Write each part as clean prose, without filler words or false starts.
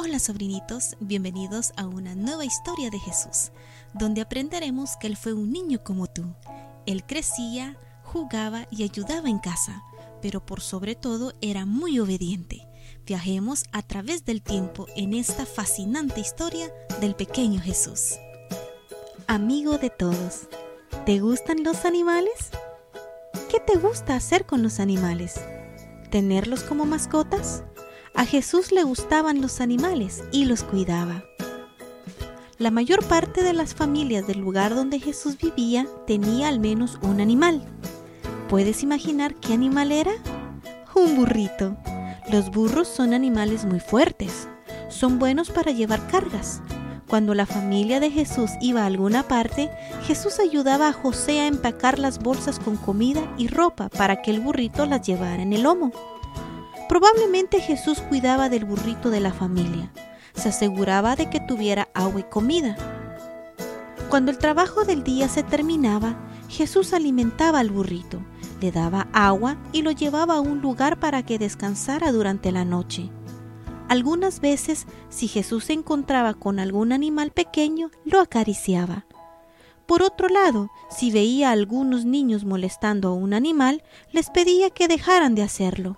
Hola sobrinitos, bienvenidos a una nueva historia de Jesús, donde aprenderemos que Él fue un niño como tú. Él crecía, jugaba y ayudaba en casa, pero por sobre todo era muy obediente. Viajemos a través del tiempo en esta fascinante historia del pequeño Jesús. Amigo de todos, ¿te gustan los animales? ¿Qué te gusta hacer con los animales? ¿Tenerlos como mascotas? A Jesús le gustaban los animales y los cuidaba. La mayor parte de las familias del lugar donde Jesús vivía tenía al menos un animal. ¿Puedes imaginar qué animal era? Un burrito. Los burros son animales muy fuertes. Son buenos para llevar cargas. Cuando la familia de Jesús iba a alguna parte, Jesús ayudaba a José a empacar las bolsas con comida y ropa para que el burrito las llevara en el lomo. Probablemente Jesús cuidaba del burrito de la familia. Se aseguraba de que tuviera agua y comida. Cuando el trabajo del día se terminaba, Jesús alimentaba al burrito, le daba agua y lo llevaba a un lugar para que descansara durante la noche. Algunas veces, si Jesús se encontraba con algún animal pequeño, lo acariciaba. Por otro lado, si veía a algunos niños molestando a un animal, les pedía que dejaran de hacerlo.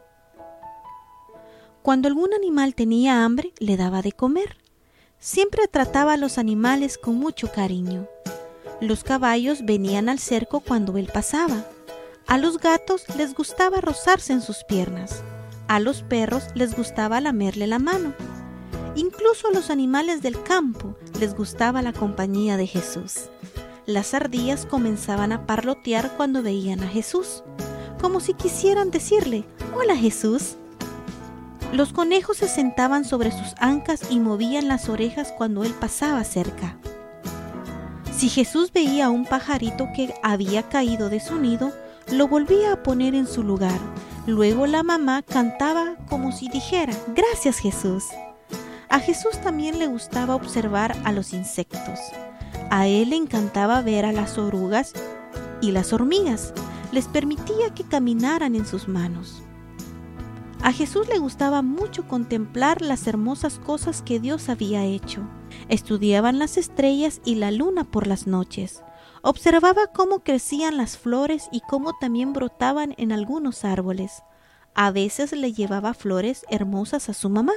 Cuando algún animal tenía hambre, le daba de comer. Siempre trataba a los animales con mucho cariño. Los caballos venían al cerco cuando él pasaba. A los gatos les gustaba rozarse en sus piernas. A los perros les gustaba lamerle la mano. Incluso a los animales del campo les gustaba la compañía de Jesús. Las ardillas comenzaban a parlotear cuando veían a Jesús, como si quisieran decirle: «Hola, Jesús». Los conejos se sentaban sobre sus ancas y movían las orejas cuando él pasaba cerca. Si Jesús veía a un pajarito que había caído de su nido, lo volvía a poner en su lugar. Luego la mamá cantaba como si dijera: «Gracias, Jesús». A Jesús también le gustaba observar a los insectos. A él le encantaba ver a las orugas y las hormigas. Les permitía que caminaran en sus manos. A Jesús le gustaba mucho contemplar las hermosas cosas que Dios había hecho. Estudiaban las estrellas y la luna por las noches. Observaba cómo crecían las flores y cómo también brotaban en algunos árboles. A veces le llevaba flores hermosas a su mamá.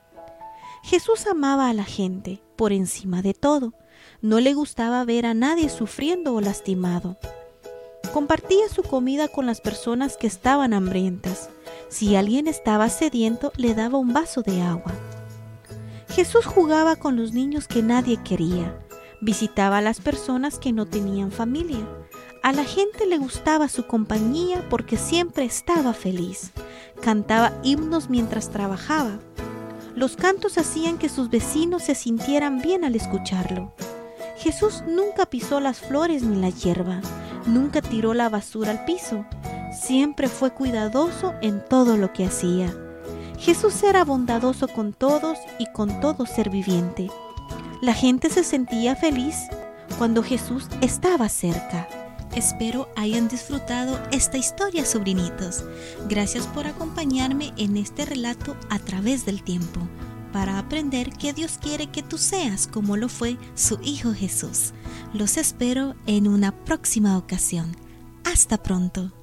Jesús amaba a la gente por encima de todo. No le gustaba ver a nadie sufriendo o lastimado. Compartía su comida con las personas que estaban hambrientas. Si alguien estaba sediento, le daba un vaso de agua. Jesús jugaba con los niños que nadie quería. Visitaba a las personas que no tenían familia. A la gente le gustaba su compañía porque siempre estaba feliz. Cantaba himnos mientras trabajaba. Los cantos hacían que sus vecinos se sintieran bien al escucharlo. Jesús nunca pisó las flores ni la hierba. Nunca tiró la basura al piso. Siempre fue cuidadoso en todo lo que hacía. Jesús era bondadoso con todos y con todo ser viviente. La gente se sentía feliz cuando Jesús estaba cerca. Espero hayan disfrutado esta historia, sobrinitos. Gracias por acompañarme en este relato a través del tiempo, para aprender que Dios quiere que tú seas como lo fue su Hijo Jesús. Los espero en una próxima ocasión. Hasta pronto.